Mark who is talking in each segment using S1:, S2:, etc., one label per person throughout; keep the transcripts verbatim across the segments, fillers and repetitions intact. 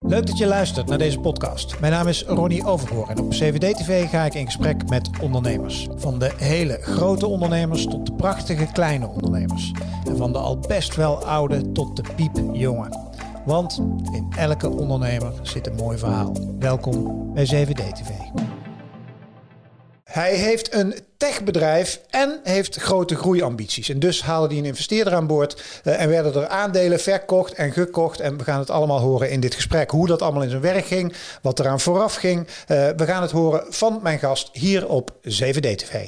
S1: Leuk dat je luistert naar deze podcast. Mijn naam is Ronnie Overgoor en op C V D T V ga ik in gesprek met ondernemers. Van de hele grote ondernemers tot de prachtige kleine ondernemers. En van de al best wel oude tot de piepjonge. Want in elke ondernemer zit een mooi verhaal. Welkom bij C V D T V. Hij heeft een techbedrijf en heeft grote groeiambities. En dus haalde hij een investeerder aan boord uh, en werden er aandelen verkocht en gekocht. En we gaan het allemaal horen in dit gesprek. Hoe dat allemaal in zijn werk ging, wat eraan vooraf ging. Uh, we gaan het horen van mijn gast hier op C V D T V.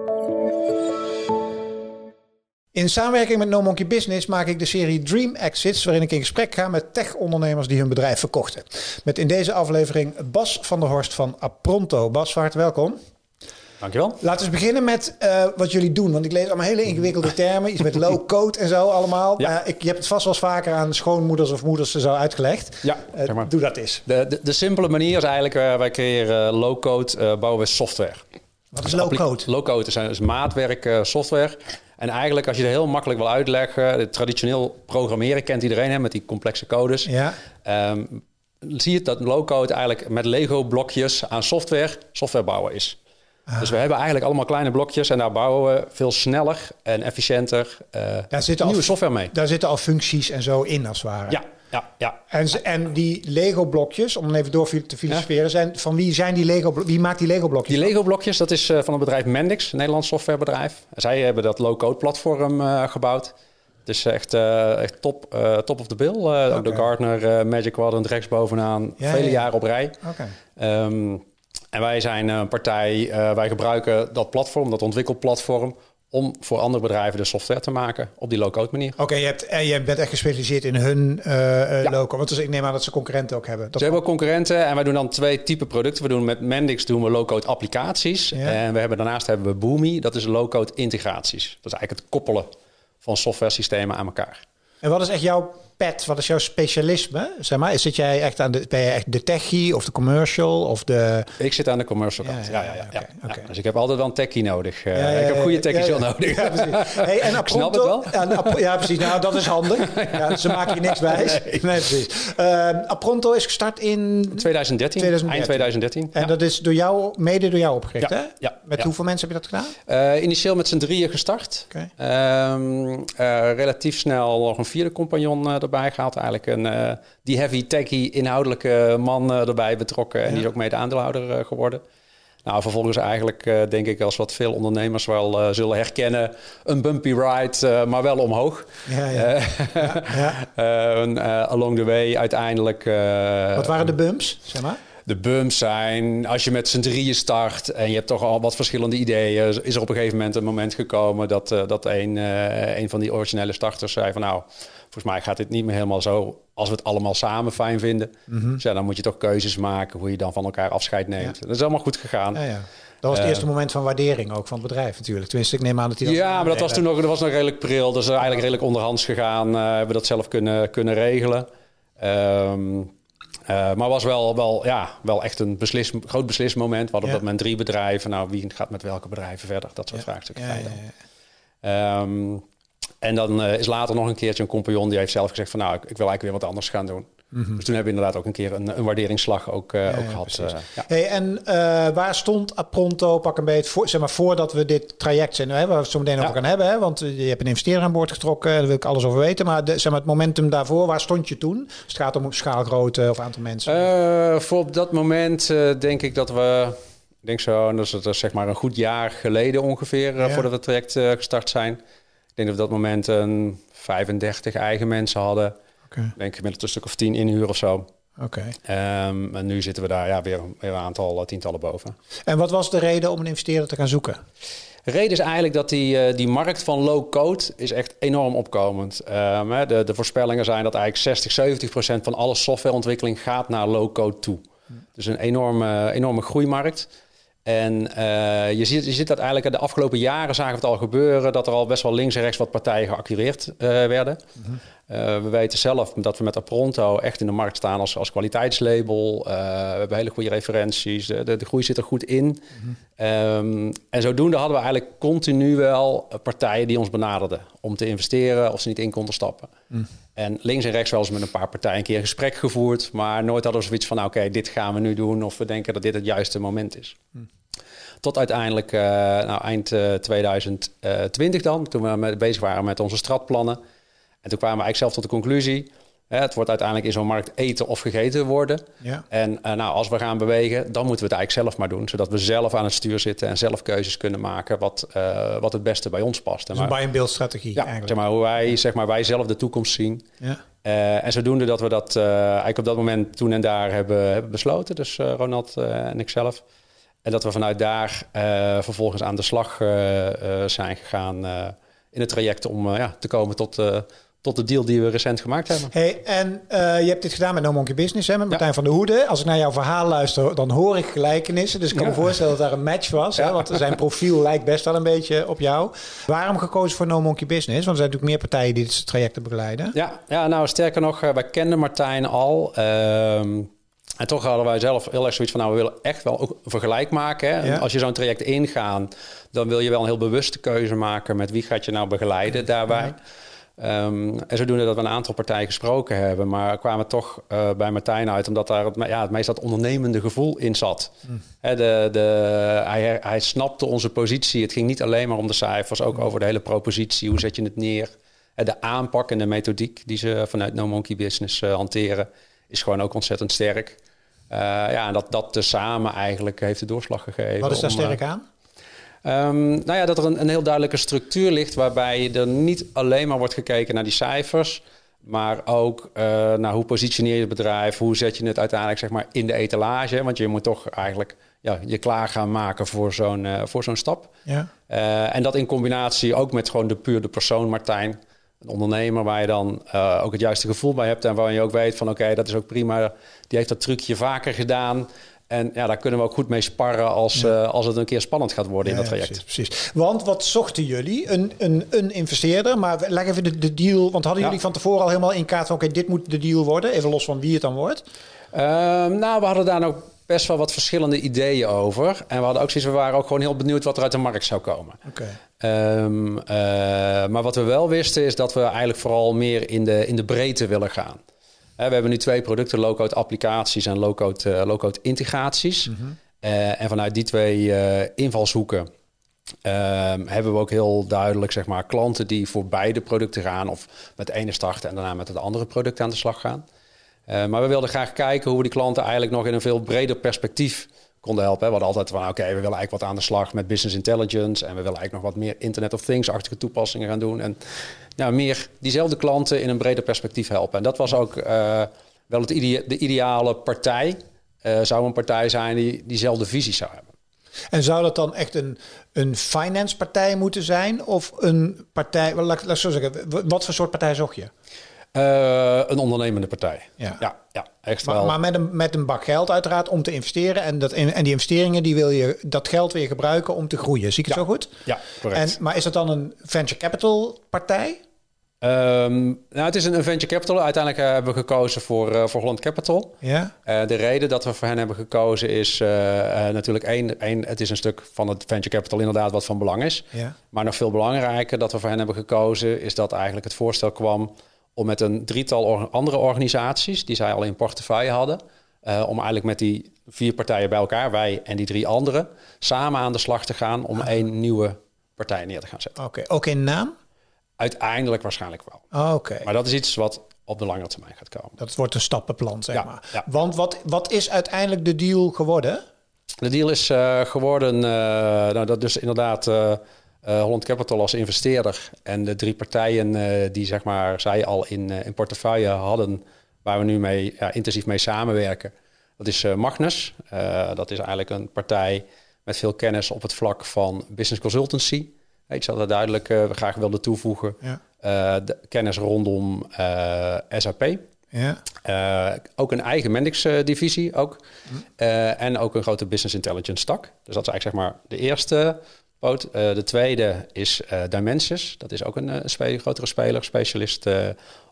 S1: In samenwerking met No Monkey Business maak ik de serie Dream Exits, waarin ik in gesprek ga met tech-ondernemers die hun bedrijf verkochten. Met in deze aflevering Bas van der Horst van Apronto. Bas, van harte welkom.
S2: Dankjewel.
S1: Laten we beginnen met uh, wat jullie doen. Want ik lees allemaal hele ingewikkelde termen. Iets met low-code en zo allemaal. Ja. Uh, ik, je hebt het vast wel eens vaker aan schoonmoeders of moeders zo uitgelegd.
S2: Ja,
S1: uh, zeg maar. Doe dat eens.
S2: De, de, de simpele manier is eigenlijk, uh, wij creëren low-code, uh, bouwen we software.
S1: Wat is low-code?
S2: Low-code is, is maatwerk uh, software. En eigenlijk, als je het heel makkelijk wil uitleggen, traditioneel programmeren kent iedereen hè, met die complexe codes. Ja. Um, zie je dat low-code eigenlijk met Lego-blokjes aan software, software bouwen is. Ah. Dus we hebben eigenlijk allemaal kleine blokjes en daar bouwen we veel sneller en efficiënter uh, daar zitten nieuwe al, software mee.
S1: Daar zitten al functies en zo in als het ware.
S2: Ja, ja, ja.
S1: En, en die Lego-blokjes, om even door te filosoferen, ja. zijn, van wie zijn die Lego? Wie maakt die Lego-blokjes?
S2: Die Lego-blokjes, dat is uh, van het bedrijf Mendix, een Nederlands softwarebedrijf. Zij hebben dat low-code platform uh, gebouwd. Het is echt, uh, echt top, uh, top of the bill. Uh, okay. Ook de Gartner uh, Magic Quadrant rechtsbovenaan, ja, vele ja, ja. jaren op rij. Okay. Um, En wij zijn een partij, uh, wij gebruiken dat platform, dat ontwikkelplatform, om voor andere bedrijven de software te maken op die low-code manier.
S1: Oké, okay, je, hebt, uh, je bent echt gespecialiseerd in hun uh, uh, ja. low-code. Want dus ik neem aan dat ze concurrenten ook hebben. Dat
S2: ze hebben ook concurrenten en wij doen dan twee type producten. We doen met Mendix doen we low-code applicaties. Ja. En we hebben, daarnaast hebben we Boomi, dat is low-code integraties. Dat is eigenlijk het koppelen van software systemen aan elkaar.
S1: En wat is echt jouw pet? Wat is jouw specialisme? Zeg maar, zit jij echt aan de, ben je echt de techie of de commercial of de?
S2: Ik zit aan de commercial kant. Ja, ja, ja. ja, ja, okay, ja. Okay. Dus ik heb altijd wel een techie nodig. Ja, ja, ja, ik heb goede techies ja, ja. wel nodig. Ja, precies. Hey, en Apronto, snap het wel? Ja, ja, precies. Nou, dat is handig. Ja, ze maken je niks wijs. Nee, nee precies. Uh, Apronto is gestart in twintig dertien, eind twintig dertien.
S1: En ja. dat is door jou, mede door jou opgericht,
S2: ja,
S1: hè?
S2: Ja.
S1: Met
S2: ja.
S1: hoeveel mensen heb je dat gedaan?
S2: Uh, initieel met z'n drieën gestart. Okay. Um, uh, relatief snel nog een vierde compagnon uh, erbij gehaald eigenlijk. Een, uh, die heavy techie inhoudelijke man uh, erbij betrokken. En ja. die is ook mede aandeelhouder uh, geworden. Nou, vervolgens eigenlijk uh, denk ik als wat veel ondernemers wel uh, zullen herkennen. Een bumpy ride, uh, maar wel omhoog. Ja, ja. Uh, ja, ja. uh, uh, along the way uiteindelijk... Uh,
S1: wat waren de bumps, zeg maar?
S2: De bumps zijn, als je met z'n drieën start en je hebt toch al wat verschillende ideeën, is er op een gegeven moment een moment gekomen dat, uh, dat een, uh, een van die originele starters zei van nou, volgens mij gaat dit niet meer helemaal zo als we het allemaal samen fijn vinden. Mm-hmm. Dus ja, dan moet je toch keuzes maken hoe je dan van elkaar afscheid neemt. Ja. Dat is allemaal goed gegaan. Ja, ja.
S1: Dat was het uh, eerste moment van waardering ook van het bedrijf natuurlijk. Tenminste, ik neem aan dat hij dat...
S2: Ja, maar dat was toen nog, dat was nog redelijk pril. Dus eigenlijk redelijk onderhands gegaan. Uh, hebben we dat zelf kunnen, kunnen regelen. Um, Uh, maar was wel, wel, ja, wel echt een beslis, groot beslismoment. We hadden ja. op dat moment drie bedrijven. Nou, wie gaat met welke bedrijven verder? Dat soort ja. vraagstukken. Ja, ja, ja. Um, en dan uh, is later nog een keertje een compagnon die heeft zelf gezegd van nou, ik, ik wil eigenlijk weer wat anders gaan doen. Mm-hmm. Dus toen hebben we inderdaad ook een keer een, een waarderingsslag ook, uh, ja, ook ja, gehad. Uh, ja.
S1: Hey, en uh, waar stond Apronto pak een beetje voor, zeg maar, voordat we dit traject zijn, hè, waar we het zo meteen over ja. gaan hebben, hè, want je hebt een investeerder aan boord getrokken, daar wil ik alles over weten. Maar, de, zeg maar het momentum daarvoor, waar stond je toen? Als het gaat om schaalgrootte of aantal mensen? Uh,
S2: voor op dat moment uh, denk ik dat we, ik denk zo, dat is het zeg maar een goed jaar geleden ongeveer, uh, ja. voordat we het traject uh, gestart zijn. Ik denk dat we op dat moment een vijfendertig eigen mensen hadden. Okay. Ik denk gemiddeld een stuk of tien inhuur of zo.
S1: Oké.
S2: Okay. Um, en nu zitten we daar ja, weer, weer een aantal tientallen boven.
S1: En wat was de reden om een investeerder te gaan zoeken?
S2: De reden is eigenlijk dat die, uh, die markt van low-code is echt enorm opkomend. Um, de, de voorspellingen zijn dat eigenlijk zestig, zeventig procent van alle softwareontwikkeling gaat naar low-code toe. Hmm. Dus een enorme, enorme groeimarkt. En uh, je, ziet, je ziet dat eigenlijk de afgelopen jaren zagen we het al gebeuren, dat er al best wel links en rechts wat partijen geacquireerd uh, werden. Mm-hmm. Uh, we weten zelf dat we met Apronto echt in de markt staan als, als kwaliteitslabel. Uh, we hebben hele goede referenties. De, de, de groei zit er goed in. Mm-hmm. Um, en zodoende hadden we eigenlijk continu wel partijen die ons benaderden om te investeren of ze niet in konden stappen. Mm. En links en rechts wel eens met een paar partijen een keer een gesprek gevoerd. Maar nooit hadden we zoiets van, nou, oké, okay, dit gaan we nu doen. Of we denken dat dit het juiste moment is. Mm. Tot uiteindelijk uh, nou, eind uh, twintig twintig dan, toen we met, bezig waren met onze stratplannen. En toen kwamen we eigenlijk zelf tot de conclusie, hè, het wordt uiteindelijk in zo'n markt eten of gegeten worden. Ja. En uh, nou, als we gaan bewegen, dan moeten we het eigenlijk zelf maar doen. Zodat we zelf aan het stuur zitten en zelf keuzes kunnen maken wat, uh, wat het beste bij ons past.
S1: Dus een buy and build strategie
S2: ja,
S1: eigenlijk.
S2: Zeg maar, hoe wij, zeg maar, wij zelf de toekomst zien. Ja. Uh, en zodoende dat we dat uh, eigenlijk op dat moment toen en daar hebben, hebben besloten. Dus uh, Ronald uh, en ik zelf. En dat we vanuit daar uh, vervolgens aan de slag uh, uh, zijn gegaan uh, in het traject om uh, ja, te komen tot, uh, tot de deal die we recent gemaakt hebben.
S1: Hey, en uh, je hebt dit gedaan met No Monkey Business, hè, met Martijn ja. van der Hoede. Als ik naar jouw verhaal luister, dan hoor ik gelijkenissen. Dus ik kan ja. me voorstellen dat daar een match was. Ja. Hè, want zijn profiel lijkt best wel een beetje op jou. Waarom gekozen voor No Monkey Business? Want er zijn natuurlijk meer partijen die dit traject begeleiden.
S2: Ja, ja nou sterker nog, uh, wij kenden Martijn al. Uh, En toch hadden wij zelf heel erg zoiets van, nou, we willen echt wel ook een vergelijk maken. Hè? Ja. Als je zo'n traject ingaat, dan wil je wel een heel bewuste keuze maken met wie gaat je nou begeleiden daarbij. Ja. Um, en zodoende dat we een aantal partijen gesproken hebben, maar kwamen toch uh, bij Martijn uit, omdat daar het, ja, het meest dat ondernemende gevoel in zat. Mm. Hè, de, de, hij, hij snapte onze positie. Het ging niet alleen maar om de cijfers, ook mm. over de hele propositie. Hoe zet je het neer? De aanpak en de methodiek die ze vanuit No Monkey Business uh, hanteren, is gewoon ook ontzettend sterk. Uh, ja, en dat, dat tezamen eigenlijk heeft de doorslag gegeven.
S1: Wat is daar
S2: om,
S1: sterk aan?
S2: Um, nou ja, dat er een, een heel duidelijke structuur ligt waarbij er niet alleen maar wordt gekeken naar die cijfers, maar ook uh, naar hoe positioneer je het bedrijf, hoe zet je het uiteindelijk zeg maar in de etalage, want je moet toch eigenlijk ja, je klaar gaan maken voor zo'n, uh, voor zo'n stap. Ja. Uh, en dat in combinatie ook met gewoon de puur de persoon Martijn. Een ondernemer waar je dan uh, ook het juiste gevoel bij hebt en waar je ook weet van oké, okay, dat is ook prima. Die heeft dat trucje vaker gedaan. En ja, daar kunnen we ook goed mee sparren als, ja. uh, als het een keer spannend gaat worden ja, in dat traject.
S1: Ja, precies, precies. Want wat zochten jullie? Een, een, een investeerder, maar leg even de, de deal. Want hadden ja. jullie van tevoren al helemaal in kaart van oké, okay, dit moet de deal worden. Even los van wie het dan wordt.
S2: Uh, nou, we hadden daar nog best wel wat verschillende ideeën over. En we hadden ook zoiets, we waren ook gewoon heel benieuwd wat er uit de markt zou komen.
S1: Okay.
S2: Um, uh, maar wat we wel wisten is dat we eigenlijk vooral meer in de, in de breedte willen gaan. Uh, we hebben nu twee producten, low-code applicaties en low-code, uh, low-code integraties. Mm-hmm. Uh, en vanuit die twee uh, invalshoeken uh, hebben we ook heel duidelijk zeg maar, klanten die voor beide producten gaan of met de ene starten en daarna met het andere product aan de slag gaan. Uh, maar we wilden graag kijken hoe we die klanten eigenlijk nog in een veel breder perspectief konden helpen. We hadden altijd van, oké, okay, we willen eigenlijk wat aan de slag met business intelligence en we willen eigenlijk nog wat meer Internet of Things-achtige toepassingen gaan doen. En nou, meer diezelfde klanten in een breder perspectief helpen. En dat was ook uh, wel het idea- de ideale partij. Uh, zou een partij zijn die diezelfde visie zou hebben.
S1: En zou dat dan echt een, een finance partij moeten zijn? Of een partij, laat, laat zo zeggen, wat voor soort partij zocht je?
S2: Uh, een ondernemende partij. Ja, ja, ja echt
S1: maar,
S2: wel.
S1: Maar met een, met een bak geld uiteraard om te investeren. En, dat, en die investeringen, die wil je dat geld weer gebruiken om te groeien. Zie ik het
S2: ja.
S1: zo goed?
S2: Ja, correct.
S1: En, maar is dat dan een venture capital partij?
S2: Um, nou, het is een venture capital. Uiteindelijk uh, hebben we gekozen voor, uh, voor Holland Capital.
S1: Ja.
S2: Uh, de reden dat we voor hen hebben gekozen is uh, uh, natuurlijk één, één, het is een stuk van het venture capital inderdaad wat van belang is. Ja. Maar nog veel belangrijker dat we voor hen hebben gekozen is dat eigenlijk het voorstel kwam om met een drietal or- andere organisaties die zij al in portefeuille hadden, uh, om eigenlijk met die vier partijen bij elkaar, wij en die drie anderen, samen aan de slag te gaan om ah. één nieuwe partij neer te gaan zetten.
S1: Oké, okay. Ook in naam?
S2: Uiteindelijk waarschijnlijk wel.
S1: Oh, Oké. Okay.
S2: Maar dat is iets wat op de langere termijn gaat komen.
S1: Dat wordt een stappenplan, zeg
S2: ja,
S1: maar.
S2: Ja.
S1: Want wat, wat is uiteindelijk de deal geworden?
S2: De deal is uh, geworden, uh, nou, dat dus inderdaad uh, uh, Holland Capital als investeerder en de drie partijen uh, die zeg maar zij al in, uh, in portefeuille hadden, waar we nu mee ja, intensief mee samenwerken. Dat is uh, Magnus. Uh, dat is eigenlijk een partij met veel kennis op het vlak van business consultancy. Ik zal daar duidelijk uh, graag wilde toevoegen. Ja. Uh, de kennis rondom uh, S A P. Ja. Uh, ook een eigen Mendix-divisie ook. Mm. Uh, en ook een grote business intelligence tak. Dus dat is eigenlijk zeg maar de eerste poot. Uh, de tweede is uh, Dimensions. Dat is ook een uh, spe- grotere speler, specialist uh,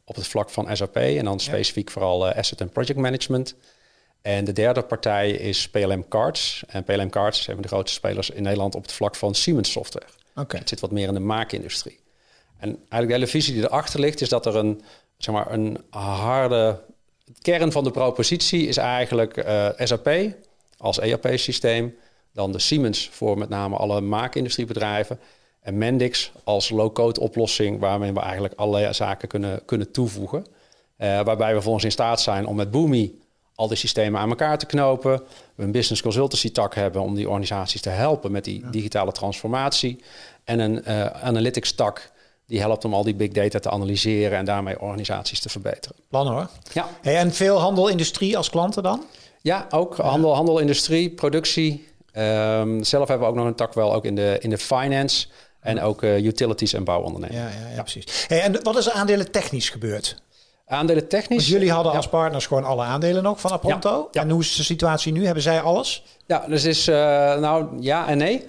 S2: op het vlak van S A P. En dan specifiek ja. vooral uh, Asset and Project Management. En de derde partij is P L M Cards. En P L M Cards is een van de grootste spelers in Nederland op het vlak van Siemens software.
S1: Okay.
S2: Het zit wat meer in de maakindustrie. En eigenlijk de hele visie die erachter ligt is dat er een, zeg maar, een harde... Het kern van de propositie is eigenlijk uh, S A P als E R P-systeem. Dan de Siemens voor met name alle maakindustriebedrijven. En Mendix als low-code oplossing waarmee we eigenlijk allerlei zaken kunnen, kunnen toevoegen. Uh, waarbij we vervolgens in staat zijn om met Boomi al die systemen aan elkaar te knopen. We een business consultancy tak hebben om die organisaties te helpen met die ja. digitale transformatie. En een uh, analytics tak die helpt om al die big data te analyseren en daarmee organisaties te verbeteren.
S1: Plan hoor.
S2: Ja.
S1: Hey, en veel handel, industrie als klanten dan?
S2: Ja, ook handel, handel industrie, productie. Um, zelf hebben we ook nog een tak wel ook in de, in de finance en ook uh, utilities en bouwondernemingen.
S1: Ja, ja, ja, ja. precies. Hey, en wat is er aandelen technisch gebeurd?
S2: Aandelen technisch?
S1: Want jullie hadden
S2: ja.
S1: als partners gewoon alle aandelen nog van Apronto. Ja, ja. En hoe is de situatie nu? Hebben zij alles?
S2: Ja, dus is uh, nou ja en nee.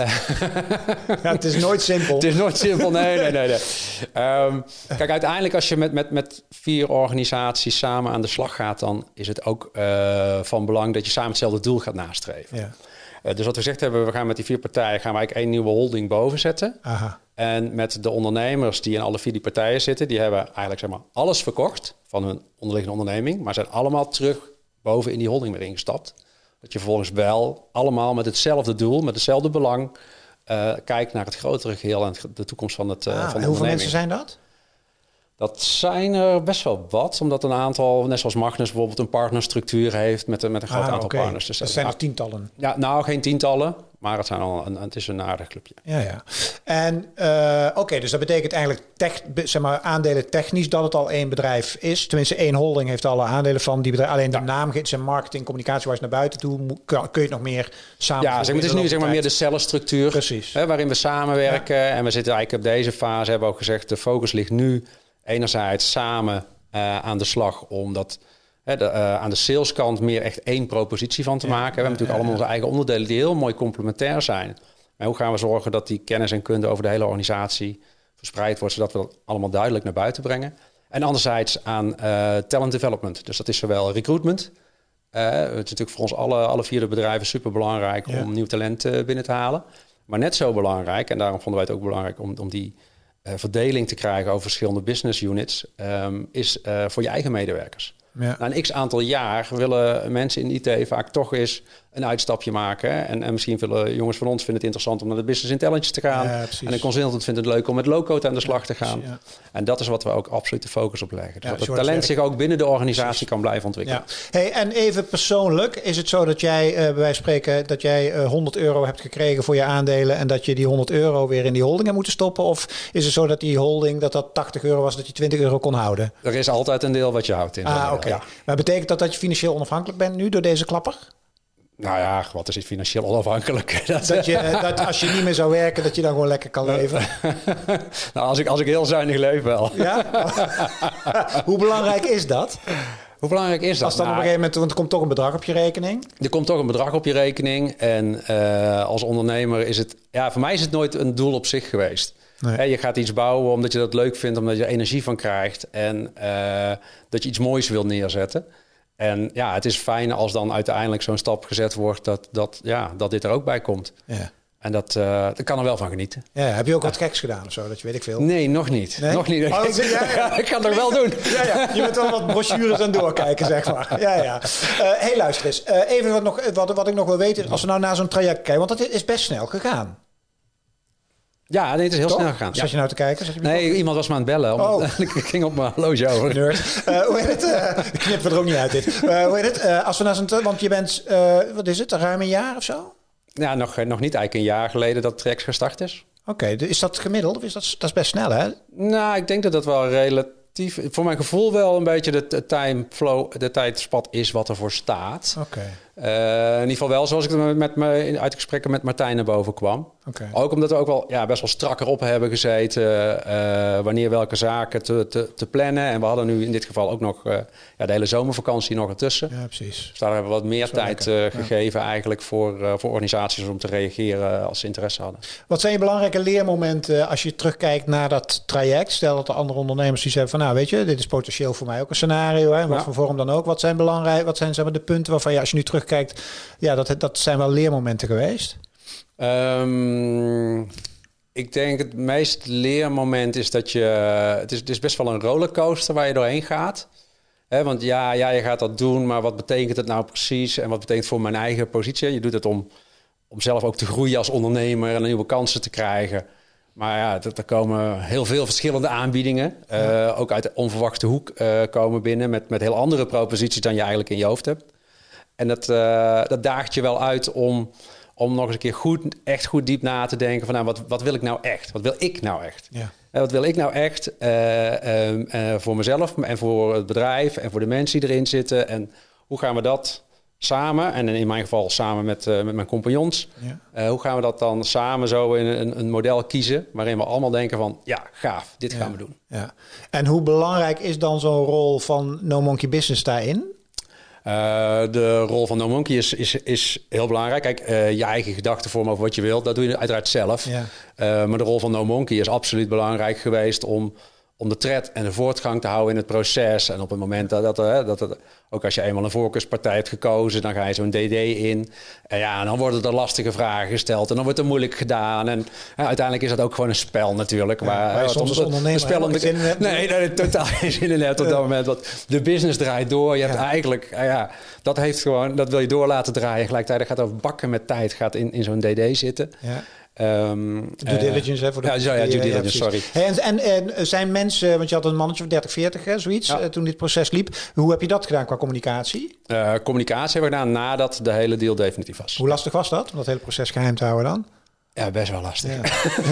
S1: ja, het is nooit simpel.
S2: Het is nooit simpel, nee, nee, nee. nee. Um, kijk, uiteindelijk als je met, met, met vier organisaties samen aan de slag gaat, dan is het ook uh, van belang dat je samen hetzelfde doel gaat nastreven. Ja. Uh, dus wat we gezegd hebben, we gaan met die vier partijen gaan we eigenlijk één nieuwe holding boven zetten. Aha. En met de ondernemers die in alle vier die partijen zitten, die hebben eigenlijk zeg maar alles verkocht van hun onderliggende onderneming, maar zijn allemaal terug boven in die holding weer ingestapt. Dat je vervolgens wel allemaal met hetzelfde doel, met hetzelfde belang, uh, kijkt naar het grotere geheel en de toekomst van het uh,
S1: ah,
S2: van de
S1: en hoeveel mensen zijn dat?
S2: Dat zijn er best wel wat, omdat een aantal, net zoals Magnus bijvoorbeeld, een partnerstructuur heeft met, met een groot ah, aantal okay. partners. Dus
S1: dat zijn er tientallen?
S2: Ja, nou geen tientallen, maar het, zijn al een, het is een aardig clubje.
S1: Ja, ja. En uh, oké, okay, dus dat betekent eigenlijk tech, zeg maar, aandelen technisch dat het al één bedrijf is. Tenminste, één holding heeft alle aandelen van die bedrijf. Alleen de ja. naam, zijn marketing, communicatie naar buiten toe, kun je het nog meer samen.
S2: Ja, zeg maar, het is nu zeg maar meer de cellenstructuur.
S1: Precies.
S2: Hè, waarin we samenwerken. Ja. En we zitten eigenlijk op deze fase, hebben we ook gezegd, de focus ligt nu enerzijds samen uh, aan de slag om dat hè, de, uh, aan de saleskant meer echt één propositie van te ja, maken. We hebben ja, natuurlijk ja, allemaal ja. onze eigen onderdelen die heel mooi complementair zijn. Maar hoe gaan we zorgen dat die kennis en kunde over de hele organisatie verspreid wordt, zodat we dat allemaal duidelijk naar buiten brengen. En anderzijds aan uh, talent development. Dus dat is zowel recruitment. Uh, het is natuurlijk voor ons alle, alle vier de bedrijven super belangrijk ja. om nieuw talent uh, binnen te halen. Maar net zo belangrijk, en daarom vonden wij het ook belangrijk om, om die Uh, verdeling te krijgen over verschillende business units, um, is uh, voor je eigen medewerkers. Ja. Na een x aantal jaar willen mensen in I T vaak toch eens een uitstapje maken. En, en misschien willen jongens van ons vinden het interessant om naar de business intelligence te gaan. Ja, en een consultant vindt het leuk om met low-code aan de slag te gaan. Ja. En dat is wat we ook absoluut de focus op leggen. Dus ja, dat het talent zich ook binnen de organisatie precies. kan blijven ontwikkelen. Ja.
S1: Hey, en even persoonlijk, is het zo dat jij uh, bij wijze van spreken dat jij uh, honderd euro hebt gekregen voor je aandelen en dat je die honderd euro weer in die holding hebt moeten stoppen? Of is het zo dat die holding dat dat tachtig euro was, dat je twintig euro kon houden?
S2: Er is altijd een deel wat je houdt in.
S1: Ah, oké. Okay. Ja. Maar betekent dat dat je financieel onafhankelijk bent nu door deze klapper?
S2: Nou ja, wat is het financieel onafhankelijk?
S1: Dat, dat, je, dat als je niet meer zou werken, dat je dan gewoon lekker kan leven?
S2: nou, als ik, als ik heel zuinig leef wel. Ja?
S1: Hoe belangrijk is dat?
S2: Hoe belangrijk is dat?
S1: Als dan nou, op een gegeven moment, want er komt toch een bedrag op je rekening.
S2: Er komt toch een bedrag op je rekening. En uh, als ondernemer is het... Ja, voor mij is het nooit een doel op zich geweest. Nee. He, je gaat iets bouwen omdat je dat leuk vindt, omdat je er energie van krijgt. En uh, dat je iets moois wil neerzetten. En ja, het is fijn als dan uiteindelijk zo'n stap gezet wordt dat, dat, ja, dat dit er ook bij komt. Ja. En dat, uh, daar kan er wel van genieten.
S1: Ja, heb je ook wat geks gedaan of zo? Dat je weet ik veel.
S2: Nee, nog niet. Nee? Nog niet. Oh, ja, ja. Ja, ik kan het wel doen.
S1: Ja, ja. Je moet wel wat brochures aan doorkijken, zeg maar. Ja, ja. Uh, hey, luister eens. Uh, even wat, nog, wat, wat ik nog wil weten. Als we nou naar zo'n traject kijken. Want dat is best snel gegaan.
S2: Ja, nee, het is heel
S1: Toch?
S2: snel gegaan.
S1: Zat je nou te kijken? Zat je
S2: nee, op? Iemand was me aan het bellen. Oh. Ik ging op mijn horloge over.
S1: Nerd. Uh, hoe heet het? Uh, ik knip er ook niet uit dit. Uh, hoe heet het? Uh, als we naar zo'n... Want je bent, uh, wat is het, ruim een jaar of zo?
S2: Ja, nog, nog niet eigenlijk een jaar geleden dat Trex gestart is.
S1: Oké, okay, is dat gemiddeld? Of is dat, dat is best snel, hè?
S2: Nou, ik denk dat dat wel relatief... Voor mijn gevoel wel een beetje de, de time flow, de tijdspat is wat ervoor staat.
S1: Oké.
S2: Uh, in ieder geval wel zoals ik er met me uit gesprekken met Martijn naar boven kwam.
S1: Okay.
S2: Ook omdat we ook wel ja, best wel strakker op hebben gezeten. Uh, wanneer welke zaken te, te, te plannen. En we hadden nu in dit geval ook nog uh, ja, de hele zomervakantie nog ertussen.
S1: Ja, precies.
S2: Dus daar hebben we wat meer tijd uh, gegeven ja. eigenlijk voor, uh, voor organisaties om te reageren als ze interesse hadden.
S1: Wat zijn je belangrijke leermomenten als je terugkijkt naar dat traject? Stel dat er andere ondernemers die zeggen van nou weet je, dit is potentieel voor mij ook een scenario. Hè, in wat ja. voor vorm dan ook. Wat zijn belangrijk? Wat zijn zeg maar, de punten waarvan je als je nu terugkijkt, ja, dat, dat zijn wel leermomenten geweest?
S2: Um, ik denk het meest leermoment is dat je... Het is, het is best wel een rollercoaster waar je doorheen gaat. He, want ja, ja, je gaat dat doen, maar wat betekent het nou precies? En wat betekent het voor mijn eigen positie? Je doet het om, om zelf ook te groeien als ondernemer en nieuwe kansen te krijgen. Maar ja, er komen heel veel verschillende aanbiedingen. Ja. Uh, ook uit de onverwachte hoek uh, komen binnen met, met heel andere proposities dan je eigenlijk in je hoofd hebt. En dat, uh, dat daagt je wel uit om... om nog eens een keer goed, echt goed diep na te denken van nou, wat, wat wil ik nou echt? Wat wil ik nou echt? Ja. En wat wil ik nou echt uh, uh, uh, voor mezelf en voor het bedrijf en voor de mensen die erin zitten? En hoe gaan we dat samen, en in mijn geval samen met, uh, met mijn compagnons, ja. uh, hoe gaan we dat dan samen zo in een, een model kiezen waarin we allemaal denken van ja, gaaf, dit ja. gaan we doen.
S1: Ja. En hoe belangrijk is dan zo'n rol van No Monkey Business daarin?
S2: Uh, de rol van No Monkey is, is, is heel belangrijk. Kijk, uh, je eigen gedachten vormen over wat je wilt, dat doe je uiteraard zelf. Ja. Uh, maar de rol van No Monkey is absoluut belangrijk geweest om, om de tred en de voortgang te houden in het proces. En op het moment dat, dat, uh, dat, dat ook als je eenmaal een voorkeurspartij hebt gekozen, dan ga je zo'n D D in. En ja, dan worden er lastige vragen gesteld en dan wordt er moeilijk gedaan. En uh, uiteindelijk is dat ook gewoon een spel natuurlijk.
S1: Ja, waar, waar je soms als ondernemer
S2: spel om de, zin in hebt. Nee, nee, totaal geen zin in hebt op dat moment. Want de business draait door. Je hebt ja. eigenlijk, uh, ja, dat heeft gewoon, dat wil je door laten draaien. Gelijktijdig gaat over bakken met tijd, gaat in, in zo'n D D zitten. Ja.
S1: Um, due diligence, uh, hè? Voor de,
S2: ja, ja, ja, due diligence, ja, sorry.
S1: Hey, en, en, en zijn mensen, want je had een mannetje van dertig, veertig, hè, zoiets, ja. uh, toen dit proces liep. Hoe heb je dat gedaan qua communicatie?
S2: Uh, communicatie hebben we gedaan nadat de hele deal definitief was.
S1: Hoe lastig was dat, om dat hele proces geheim te houden dan?
S2: Ja, best wel lastig. Ja.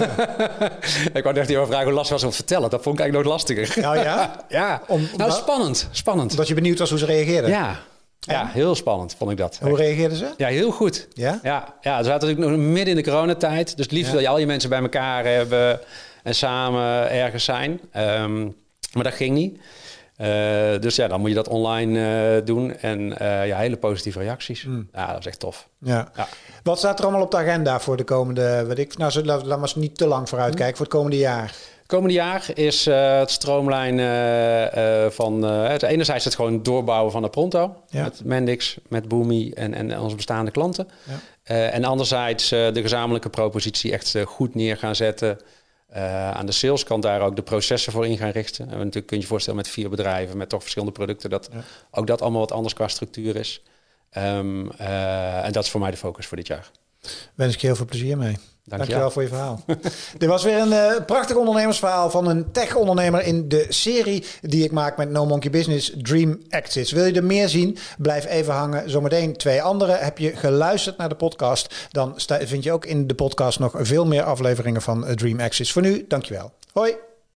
S2: Ja. Ik wou echt even vragen hoe lastig was om te vertellen. Dat vond ik eigenlijk nooit lastiger.
S1: Oh ja?
S2: Ja. Om, om nou, dat? spannend. Spannend.
S1: Omdat je benieuwd was hoe ze reageerden?
S2: Ja. Ja, heel spannend vond ik dat.
S1: Hoe reageerden ze?
S2: Ja, heel goed. Ja? Ja, ja, ze zaten natuurlijk nog midden in de coronatijd. Dus het liefst ja. wil je al je mensen bij elkaar hebben en samen ergens zijn. Um, maar dat ging niet. Uh, dus ja, dan moet je dat online uh, doen. En uh, ja, hele positieve reacties. Mm. Ja, dat is echt tof. Ja. Ja.
S1: Wat staat er allemaal op de agenda voor de komende... Weet ik, nou, laat, laat maar niet te lang vooruit kijken. Mm. Voor het komende jaar.
S2: Komende jaar is uh, het stroomlijnen uh, uh, van... Uh, het enerzijds het gewoon doorbouwen van de Pronto. Ja. Met Mendix, met Boomi en, en onze bestaande klanten. Ja. Uh, en anderzijds uh, de gezamenlijke propositie echt uh, goed neer gaan zetten. Uh, aan de saleskant daar ook de processen voor in gaan richten. En natuurlijk kun je je voorstellen met vier bedrijven... met toch verschillende producten... dat ja. ook dat allemaal wat anders qua structuur is. Um, uh, en dat is voor mij de focus voor dit jaar.
S1: Wens ik je heel veel plezier mee.
S2: Dank
S1: Dankjewel voor je verhaal. Dit was weer een uh, prachtig ondernemersverhaal van een tech-ondernemer in de serie die ik maak met No Monkey Business, Dream Exits. Wil je er meer zien? Blijf even hangen. Zometeen twee andere. Heb je geluisterd naar de podcast? Dan sta, vind je ook in de podcast nog veel meer afleveringen van uh, Dream Exits. Voor nu, dankjewel. Hoi.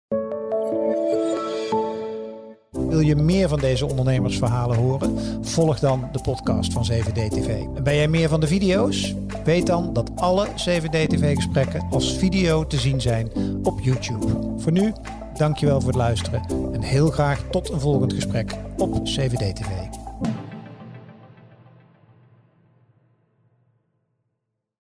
S1: Wil je meer van deze ondernemersverhalen horen? Volg dan de podcast van zeven D T V. En ben jij meer van de video's? Weet dan dat alle zeven D T V-gesprekken als video te zien zijn op YouTube. Voor nu, dankjewel voor het luisteren en heel graag tot een volgend gesprek op zeven D T V.